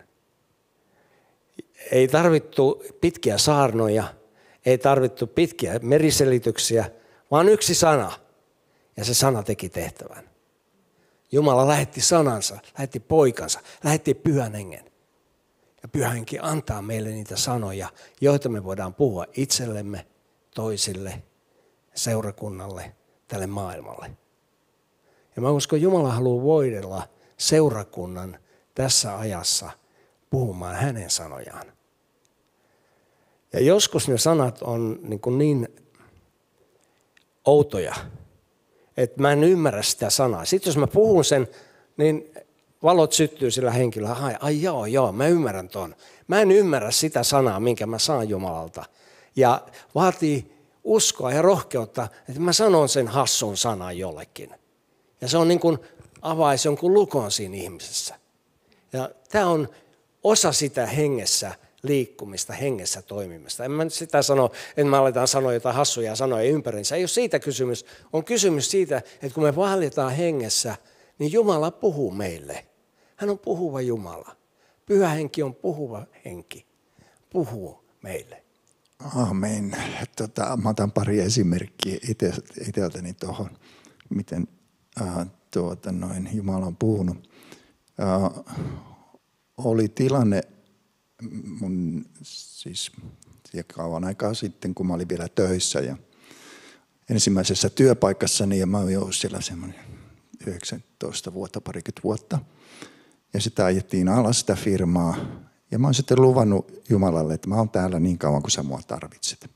Ei tarvittu pitkiä saarnoja, ei tarvittu pitkiä meriselityksiä, vaan yksi sana. Ja se sana teki tehtävän. Jumala lähetti sanansa, lähetti poikansa, lähetti Pyhän Hengen. Ja Pyhä Henki antaa meille niitä sanoja, joita me voidaan puhua itsellemme, toisille, seurakunnalle, tälle maailmalle. Ja mä uskon, Jumala haluaa voidella seurakunnan tässä ajassa puhumaan hänen sanojaan. Ja joskus ne sanat on niin, kuin niin outoja, että mä en ymmärrä sitä sanaa. Sitten jos mä puhun sen, niin valot syttyy sillä henkilöllä. Ai, ai joo, joo, mä ymmärrän ton. Mä en ymmärrä sitä sanaa, minkä mä saan Jumalalta. Ja vaatii uskoa ja rohkeutta, että mä sanon sen hassun sanan jollekin. Ja se on niin kuin avaisi jonkun lukon siinä ihmisessä. Ja tämä on osa sitä hengessä liikkumista, hengessä toimimista. En mä nyt sitä sano, että me aletaan sanoa jotain hassuja sanoja ympärinsä. Ei ole siitä kysymys. On kysymys siitä, että kun me vaelletaan hengessä, niin Jumala puhuu meille. Hän on puhuva Jumala. Pyhä Henki on puhuva henki. Puhuu meille. Amen. Tota, mä otan pari esimerkkiä itseltäni tuohon, miten äh, tuota, noin, Jumala on puhunut. Äh, oli tilanne mun siis kauan aikaa sitten, kun mä olin vielä töissä ja ensimmäisessä työpaikassani ja mä olin ollut siellä semmoinen yhdeksäntoista vuotta, parikymmentä vuotta. Ja sitä ajettiin alas sitä firmaa ja mä oon sitten luvannut Jumalalle, että mä oon täällä niin kauan kuin sä mua tarvitset.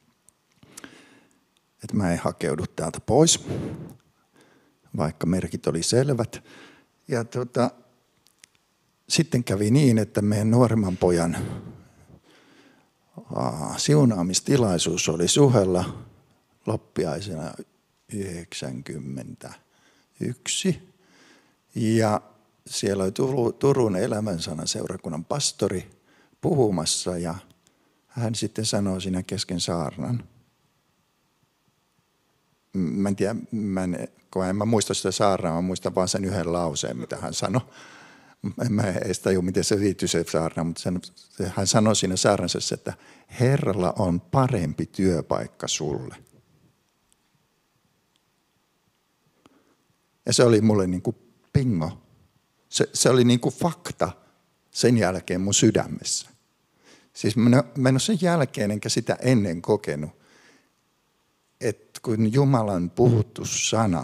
Että mä en hakeudu täältä pois, vaikka merkit oli selvät. Ja tota, sitten kävi niin, että meidän nuoremman pojan aa, siunaamistilaisuus oli Suhella loppiaisena yhdeksänkymmentäyksi. Ja siellä oli Turun Elämänsanan seurakunnan pastori puhumassa ja hän sitten sanoi siinä kesken saarnan. Mä en tiedä, mä en, kun en mä muista sitä saarnaa, mä muistan vaan sen yhden lauseen, mitä hän sanoi. En mä edes tajua, miten se liittyy se saarna, mutta sen, hän sanoi siinä saarnassa, että Herralla on parempi työpaikka sulle. Ja se oli mulle niin kuin pingo. Se, se oli niin kuin fakta sen jälkeen mun sydämessä. Siis mä en ole sen jälkeen enkä sitä ennen kokenut, että kun Jumalan puhuttu sana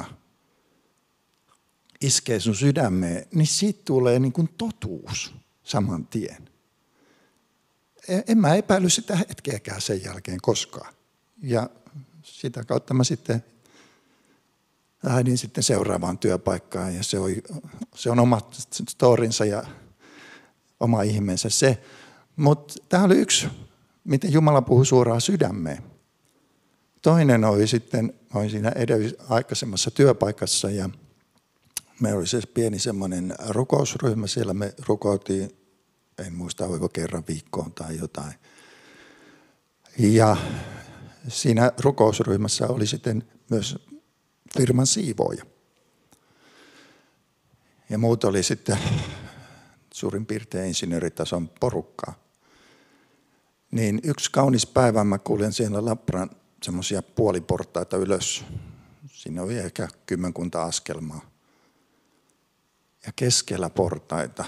iskee sun sydämeen, niin siitä tulee niin kuin totuus saman tien. En mä epäily sitä hetkeäkään sen jälkeen koskaan. Ja sitä kautta mä sitten lähdin sitten seuraavaan työpaikkaan ja se on, se on oma storinsa ja oma ihmeensä se. Mutta tämä oli yksi, miten Jumala puhui suoraan sydämeen. Toinen oli sitten, mä olin siinä edellis, aikaisemmassa työpaikassa ja meillä oli se pieni semmoinen rukousryhmä. Siellä me rukoiltiin, en muista oliko kerran viikkoon tai jotain. Ja siinä rukousryhmässä oli sitten myös firman siivooja. Ja muut oli sitten suurin piirtein insinööritason porukkaa. Niin yksi kaunis päivä mä kuulen siellä Lappran semmoisia puoliportaita ylös. Siinä oli ehkä kymmenkunta askelmaa. Ja keskellä portaita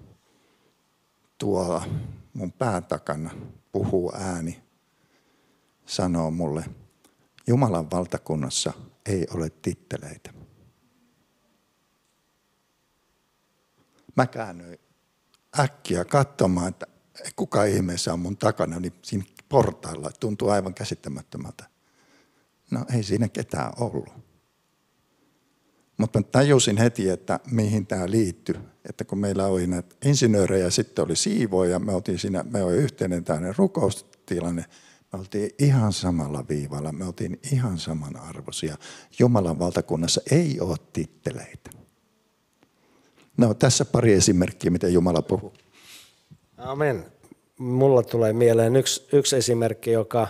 tuolla mun pään takana puhuu ääni, sanoo mulle, Jumalan valtakunnassa ei ole titteleitä. Mä käännyin äkkiä katsomaan, että kuka ihmeessä on mun takana, niin siinä portailla tuntuu aivan käsittämättömältä. No ei siinä ketään ollut. Mutta mä tajusin heti, että mihin tämä liittyi. Että kun meillä oli näitä insinöörejä ja sitten oli siivoja, me oltiin siinä, me oli yhteinen tämmöinen rukoustilanne. Me oltiin ihan samalla viivalla, me oltiin ihan samanarvoisia. Jumalan valtakunnassa ei ole titteleitä. No tässä pari esimerkkiä, miten Jumala puhuu. Amen. Mulla tulee mieleen yksi, yksi esimerkki, joka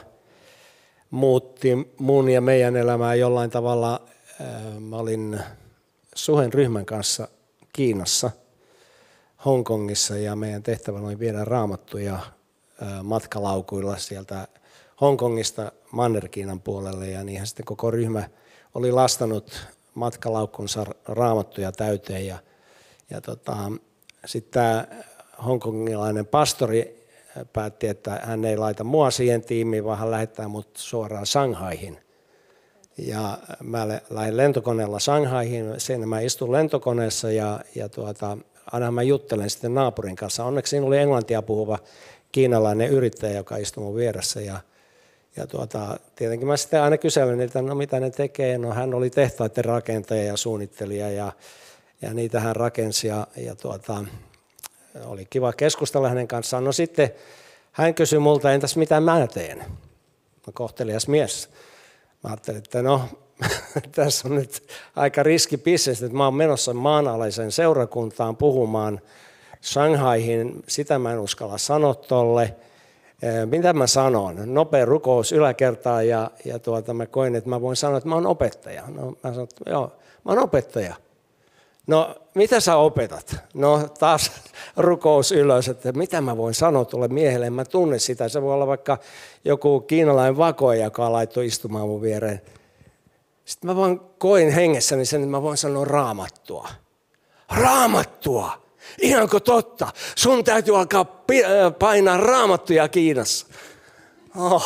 muutti mun ja meidän elämää jollain tavalla. Mä olin Suhen ryhmän kanssa Kiinassa, Hongkongissa, ja meidän tehtävänä oli viedä raamattuja matkalaukuilla sieltä Hongkongista Manner-Kiinan puolelle, ja niinhän sitten koko ryhmä oli lastanut matkalaukkunsa raamattuja täyteen, ja, ja tota, sitten tämä hongkongilainen pastori päätti, että hän ei laita mua siihen tiimiin, vaan hän lähettää mut suoraan Shanghaihin. Ja mä lähdin lentokoneella Shanghaihin, sen mä istun lentokoneessa ja, ja tuota, aina mä juttelen sitten naapurin kanssa. Onneksi siinä oli englantia puhuva kiinalainen yrittäjä, joka istui mun vieressä. Ja, ja tuota, tietenkin mä sitten aina kyselen, että no mitä ne tekee. No hän oli tehtaiden rakentaja ja suunnittelija ja, ja niitä hän rakensi ja, ja tuota, oli kiva keskustella hänen kanssaan. No sitten hän kysyi multa, entäs mitä mä teen? Mä kohtelias mies. Mä ajattelin, että no, tässä on nyt aika riskibisnes, että mä oon menossa maanalaisen seurakuntaan puhumaan Shanghaihin. Sitä mä en uskalla sanoa tolle. Mitä mä sanon? Nopea rukous yläkertaan ja, ja tuota, mä koin, että mä voin sanoa, että mä oon opettaja. No, mä sanoin, että joo, mä oon opettaja. No, mitä sä opetat? No, taas rukous ylös, että mitä mä voin sanoa tuolle miehelle, en mä tunne sitä. Se voi olla vaikka joku kiinalainen vakoja, joka laittoi istumaan mun viereen. Sitten mä vaan koin hengessäni sen, että mä voin sanoa raamattua. Raamattua! Ihanko totta? Sun täytyy alkaa painaa raamattuja Kiinassa. Oh.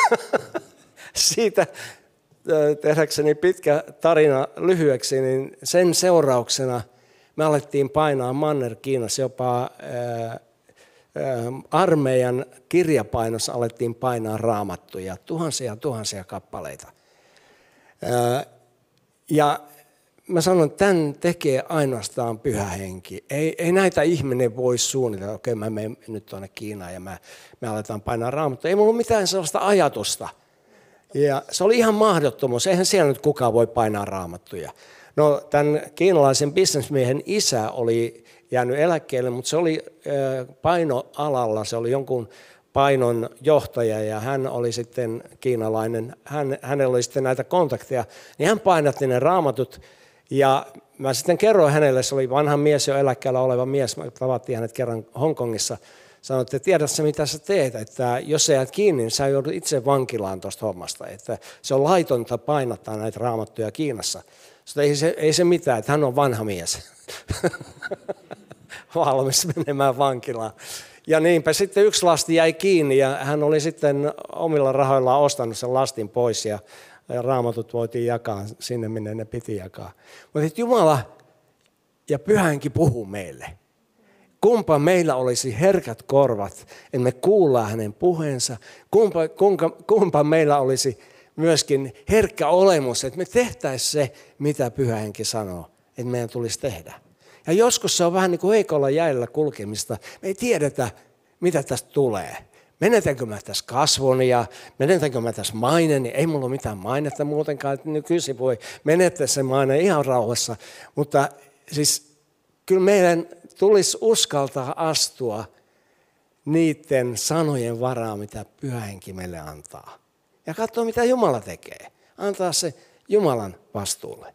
Siitä tehdäkseni pitkä tarina lyhyeksi, niin sen seurauksena me alettiin painaa Manner-Kiinassa, jopa ää, ää, armeijan kirjapainossa alettiin painaa raamattuja, tuhansia tuhansia kappaleita. Ää, ja mä sanon, että tämän tekee ainoastaan Pyhä Henki. Ei, ei näitä ihminen voi suunnitella, okei mä menen nyt tuonne Kiinaan ja mä, me aletaan painaa raamattuja. Ei mulla ole mitään sellaista ajatusta. Ja se oli ihan mahdottomuus. Eihän siellä nyt kukaan voi painaa raamattuja. No tämän kiinalaisen bisnesmiehen isä oli jäänyt eläkkeelle, mutta se oli painoalalla, se oli jonkun painon johtaja ja hän oli sitten kiinalainen. Hän, hänellä oli sitten näitä kontakteja, niin hän painatti ne raamatut ja mä sitten kerroin hänelle, se oli vanha mies jo eläkkeellä oleva mies, mä tavattiin hänet kerran Hongkongissa. Sanoin, että tiedät sä mitä sä teet, että jos sä jäät kiinni, niin sä joudut itse vankilaan tuosta hommasta. Että se on laitonta painattaa näitä raamattuja Kiinassa. Sitten ei se, ei se mitään, että hän on vanha mies. Valmis menemään vankilaan. Ja niinpä sitten yksi lasti jäi kiinni ja hän oli sitten omilla rahoillaan ostanut sen lastin pois ja raamatut voitiin jakaa sinne, minne ne piti jakaa. Mutta Jumala ja Pyhä Henki puhuu meille. Kumpa meillä olisi herkät korvat, että me kuullaan hänen puheensa. Kumpa, kumpa, kumpa meillä olisi myöskin herkkä olemus, että me tehtäisiin se, mitä Pyhä Henki sanoo, että meidän tulisi tehdä. Ja joskus se on vähän niin kuin heikolla jäillä kulkemista. Me ei tiedetä, mitä tästä tulee. Menetänkö mä tässä kasvoni ja menetänkö mä tässä maineni? Ei mulla ole mitään mainetta muutenkaan, että nykyisin voi menettää se maine ihan rauhassa. Mutta siis kyllä meidän tulisi uskaltaa astua niiden sanojen varaan, mitä Pyhä Henki meille antaa. Ja katsoa, mitä Jumala tekee. Antaa se Jumalan vastuulle.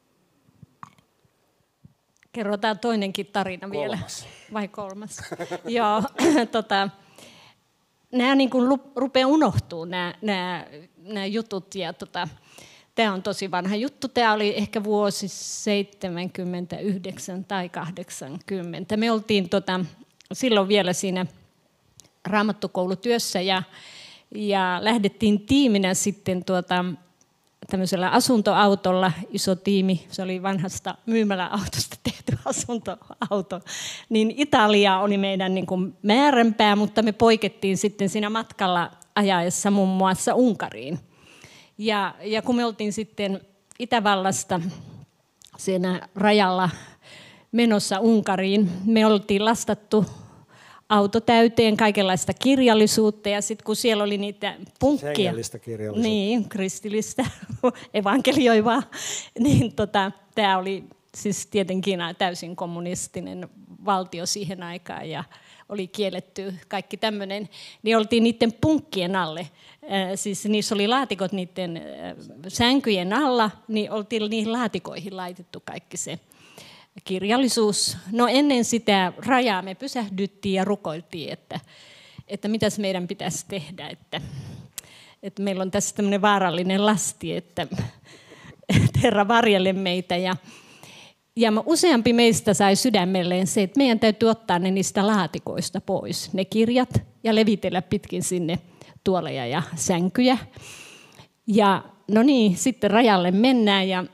Kerrotaan toinenkin tarina kolmas. vielä. Vai kolmas? Joo, tota, nämä niin kuin rupeaa unohtuu nämä, nämä, nämä jutut. Ja tota, tämä on tosi vanha juttu. Tämä oli ehkä vuosi seitsemänkymmentäyhdeksän tai kahdeksankymmentä. Me oltiin tota, silloin vielä siinä raamattukoulutyössä ja, ja lähdettiin tiiminä sitten tuota, tämmöisellä asuntoautolla, iso tiimi, se oli vanhasta myymäläautosta tehty asuntoauto, niin Italia oli meidän niin kuin määränpää, mutta me poikettiin sitten siinä matkalla ajaessa muun muassa Unkariin. Ja, ja kun me oltiin sitten Itävallasta siinä rajalla menossa Unkariin, me oltiin lastattu auto täyteen kaikenlaista kirjallisuutta, ja sitten kun siellä oli niitä punkkia, niin, kristillistä, evankelioivaa, niin tota, tämä oli siis tietenkin täysin kommunistinen valtio siihen aikaan, ja oli kielletty kaikki tämmöinen, niin oltiin niiden punkkien alle, äh, siis niissä oli laatikot niiden äh, sänkyjen alla, niin oltiin niihin laatikoihin laitettu kaikki se kirjallisuus. No ennen sitä rajaa me pysähdyttiin ja rukoiltiin, että, että mitäs meidän pitäisi tehdä, että, että meillä on tässä tämmöinen vaarallinen lasti, että, että Herra varjelle meitä. Ja, ja useampi meistä sai sydämelleen se, että meidän täytyy ottaa ne niistä laatikoista pois, ne kirjat, ja levitellä pitkin sinne tuoleja ja sänkyjä. Ja no niin, sitten rajalle mennään ja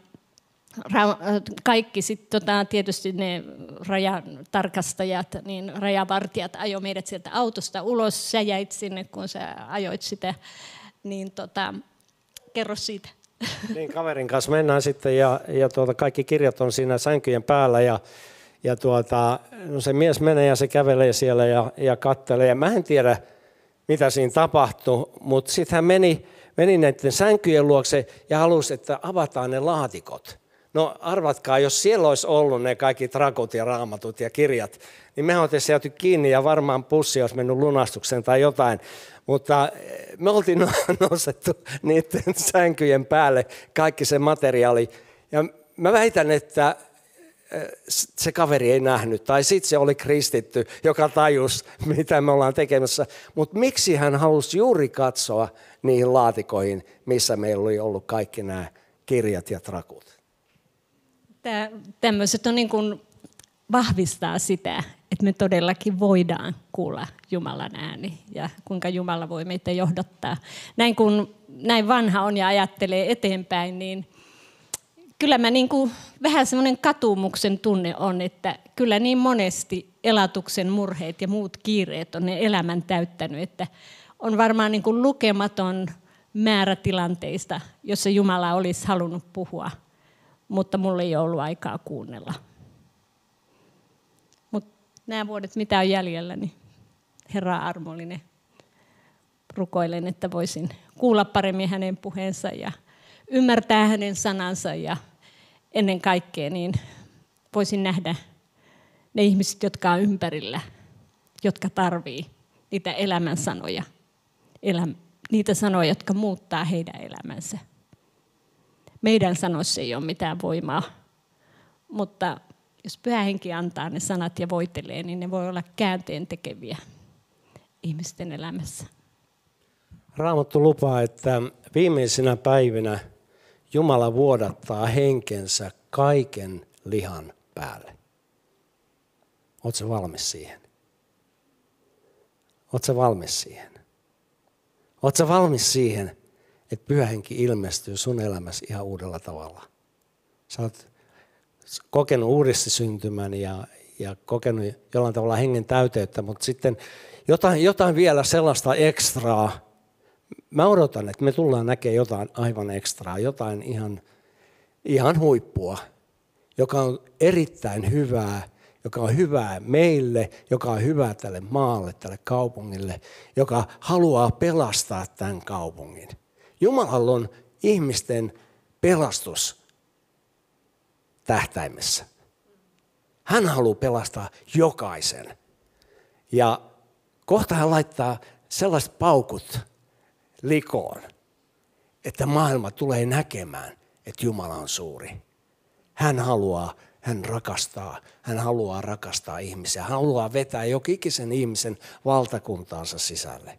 kaikki sitten tota, tietysti ne rajatarkastajat, niin rajavartijat ajoi meidät sieltä autosta ulos. Sä jäit sinne, kun sä ajoit sitä, niin tota, kerro siitä. Niin, kaverin kanssa mennään sitten ja, ja tuota, kaikki kirjat on siinä sänkyjen päällä ja, ja tuota, no se mies menee ja se kävelee siellä ja, ja katselee. Ja mä en tiedä, mitä siinä tapahtui, mutta sitten hän meni, meni näiden sänkyjen luokse ja halusi, että avataan ne laatikot. No arvatkaa, jos siellä olisi ollut ne kaikki trakut ja raamatut ja kirjat, niin me oltaisiin jääty kiinni ja varmaan pussi olisi mennyt lunastukseen tai jotain. Mutta me oltiin nostettu niiden sänkyjen päälle kaikki se materiaali. Ja mä väitän, että se kaveri ei nähnyt, tai sitten se oli kristitty, joka tajusi, mitä me ollaan tekemässä. Mutta miksi hän halusi juuri katsoa niihin laatikoihin, missä meillä oli ollut kaikki nämä kirjat ja trakut? Tämmöiset on niin kuin vahvistaa sitä, että me todellakin voidaan kuulla Jumalan ääni ja kuinka Jumala voi meitä johdattaa. Näin kun näin vanha on ja ajattelee eteenpäin, niin kyllä mä niin kuin vähän semmoinen katumuksen tunne on, että kyllä niin monesti elatuksen murheet ja muut kiireet on ne elämän täyttänyt, että on varmaan niin kuin lukematon määrä tilanteista, jossa Jumala olisi halunnut puhua, mutta mulla ei ollut aikaa kuunnella. Mutta nämä vuodet, mitä on jäljellä, niin Herra armollinen, rukoilen, että voisin kuulla paremmin hänen puheensa ja ymmärtää hänen sanansa ja ennen kaikkea niin voisin nähdä ne ihmiset, jotka on ympärillä, jotka tarvii niitä elämän sanoja, eläm- niitä sanoja, jotka muuttaa heidän elämänsä. Meidän sanoissa ei ole mitään voimaa, mutta jos Pyhä Henki antaa ne sanat ja voitelee, niin ne voi olla käänteen tekeviä ihmisten elämässä. Raamattu lupaa, että viimeisinä päivinä Jumala vuodattaa henkensä kaiken lihan päälle. Oletko sä valmis siihen? Oletko sä valmis siihen? Oletko sä valmis siihen, että Pyhä Henki ilmestyy sun elämässä ihan uudella tavalla? Sä oot kokenut uudistisyntymän ja, ja kokenut jollain tavalla hengen täyteyttä, mutta sitten jotain, jotain vielä sellaista ekstraa. Mä odotan, että me tullaan näkemään jotain aivan ekstraa, jotain ihan, ihan huippua, joka on erittäin hyvää, joka on hyvää meille, joka on hyvää tälle maalle, tälle kaupungille, joka haluaa pelastaa tämän kaupungin. Jumalalla on ihmisten pelastus tähtäimessä. Hän haluaa pelastaa jokaisen. Ja kohta hän laittaa sellaiset paukut likoon, että maailma tulee näkemään, että Jumala on suuri. Hän haluaa, hän rakastaa, hän haluaa rakastaa ihmisiä. Hän haluaa vetää jokikisen ihmisen valtakuntaansa sisälle.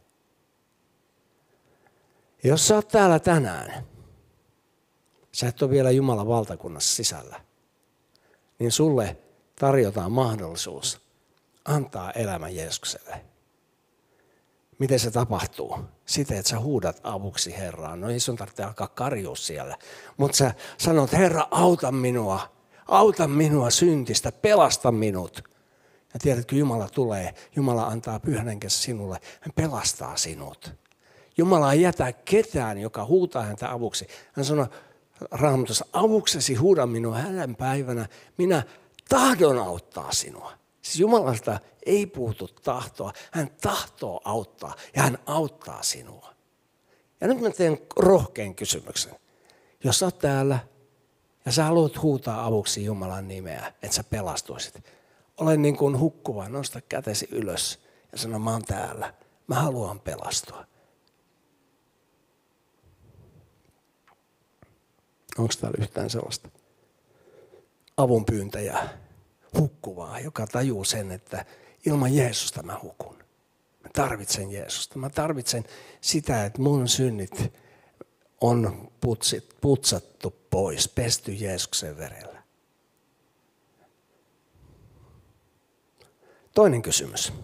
Jos sä oot täällä tänään, sä et ole vielä Jumalan valtakunnassa sisällä, niin sulle tarjotaan mahdollisuus antaa elämä Jeesukselle. Miten se tapahtuu? Siten, että sä huudat avuksi Herraan. No ei sun tarvitse alkaa karjua siellä. Mutta sä sanot, Herra, auta minua. Auta minua syntistä, pelasta minut. Ja tiedätkö, Jumala tulee, Jumala antaa Pyhän Henkensä sinulle, hän pelastaa sinut. Jumala ei jätä ketään, joka huutaa häntä avuksi. Hän sanoo Raamatussa, avuksesi huuda minua hänen päivänä, minä tahdon auttaa sinua. Siis Jumalalta ei puutu tahtoa, hän tahtoo auttaa ja hän auttaa sinua. Ja nyt mä teen rohkean kysymyksen. Jos sä oot täällä ja sä haluat huutaa avuksi Jumalan nimeä, että sä pelastuisit. Ole niin kuin hukkuva, nosta kätesi ylös ja sano, mä oon täällä, mä haluan pelastua. Onko täällä yhtään sellaista avunpyyntäjää, hukkuvaa, joka tajuu sen, että ilman Jeesusta mä hukun. Mä tarvitsen Jeesusta. Mä tarvitsen sitä, että mun synnit on putsit, putsattu pois, pesty Jeesuksen verellä. Toinen kysymys.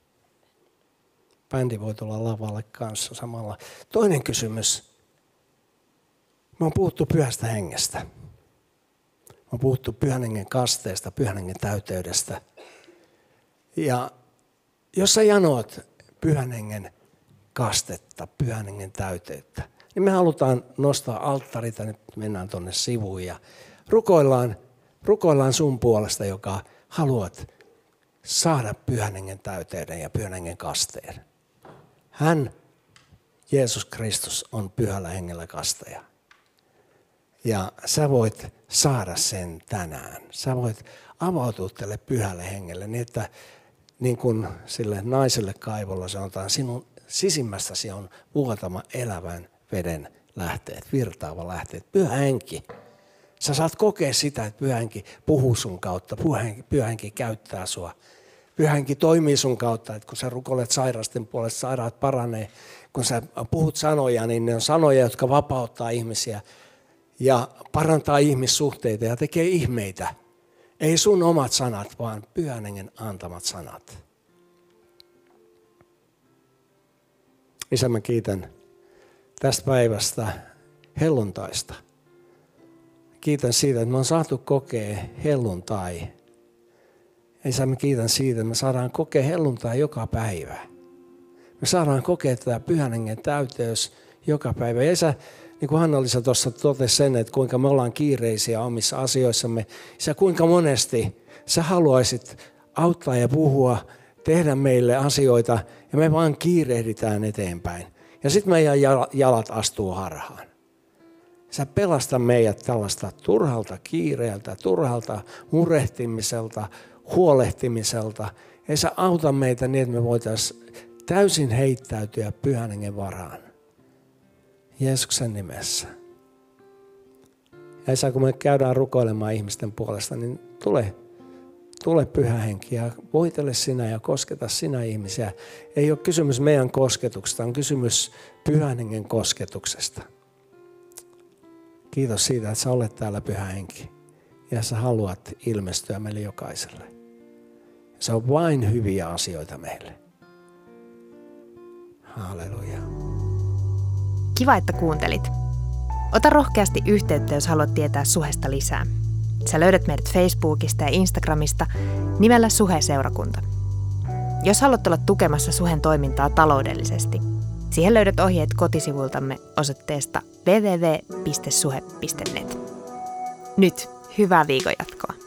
Bändi voi tulla lavalle kanssa samalla. Toinen kysymys. Me on puhuttu Pyhästä Hengestä. Me on puhuttu Pyhän Hengen kasteesta, Pyhän Hengen täyteydestä. Ja jos sä janoat Pyhän Hengen kastetta, Pyhän Hengen täyteyttä, niin me halutaan nostaa alttarita, nyt mennään tuonne sivuun ja rukoillaan, rukoillaan sun puolesta, joka haluat saada Pyhän Hengen täyteyden ja Pyhän Hengen kasteen. Hän, Jeesus Kristus, on Pyhällä Hengellä kastaja. Ja sä voit saada sen tänään. Sä voit avautua tälle Pyhälle Hengelle niin, että niin kuin sille naiselle kaivolla sanotaan, sinun sisimmästäsi on vuotama elävän veden lähteet, virtaava lähteet. Pyhä Henki. Sä saat kokea sitä, että Pyhä Henki puhuu sun kautta, Pyhä Henki, Pyhä Henki käyttää sua. Pyhä Henki toimii sun kautta, että kun sä rukoilet sairasten puolesta, sairaat paranee. Kun sä puhut sanoja, niin ne on sanoja, jotka vapauttaa ihmisiä ja parantaa ihmissuhteita ja tekee ihmeitä. Ei sun omat sanat, vaan Pyhän Hengen antamat sanat. Isä, mä kiitän tästä päivästä helluntaista. Kiitän siitä, että me on saatu kokea helluntai. Isä, mä kiitän siitä, että me saadaan kokea helluntai joka päivä. Me saadaan kokea tätä Pyhän Hengen täyteys joka päivä. Ja Isä, niin kuin Hanna-Liisa tuossa totesi sen, että kuinka me ollaan kiireisiä omissa asioissamme. Isä, kuinka monesti sä haluaisit auttaa ja puhua, tehdä meille asioita ja me vaan kiirehditään eteenpäin. Ja sitten meidän jalat astuu harhaan. Sä pelasta meidät tällaista turhalta kiireeltä, turhalta murehtimiselta, huolehtimiselta. Ja sä auta meitä niin, että me voitaisiin täysin heittäytyä Pyhän Hengen varaan. Jeesuksen nimessä. Ja Isä, kun me käydään rukoilemaan ihmisten puolesta, niin tule, tule Pyhä Henki ja voitele sinä ja kosketa sinä ihmisiä. Ei ole kysymys meidän kosketuksesta, on kysymys Pyhän Hengen kosketuksesta. Kiitos siitä, että sä olet täällä, Pyhä Henki. Ja sä haluat ilmestyä meille jokaiselle. Se on vain hyviä asioita meille. Halleluja. Kiva, että kuuntelit. Ota rohkeasti yhteyttä, jos haluat tietää Suhesta lisää. Sä löydät meidät Facebookista ja Instagramista nimellä Suhe-seurakunta. Jos haluat olla tukemassa Suhen toimintaa taloudellisesti, siihen löydät ohjeet kotisivuiltamme osoitteesta double-u double-u double-u piste suhe piste net. Nyt hyvää viikon jatkoa.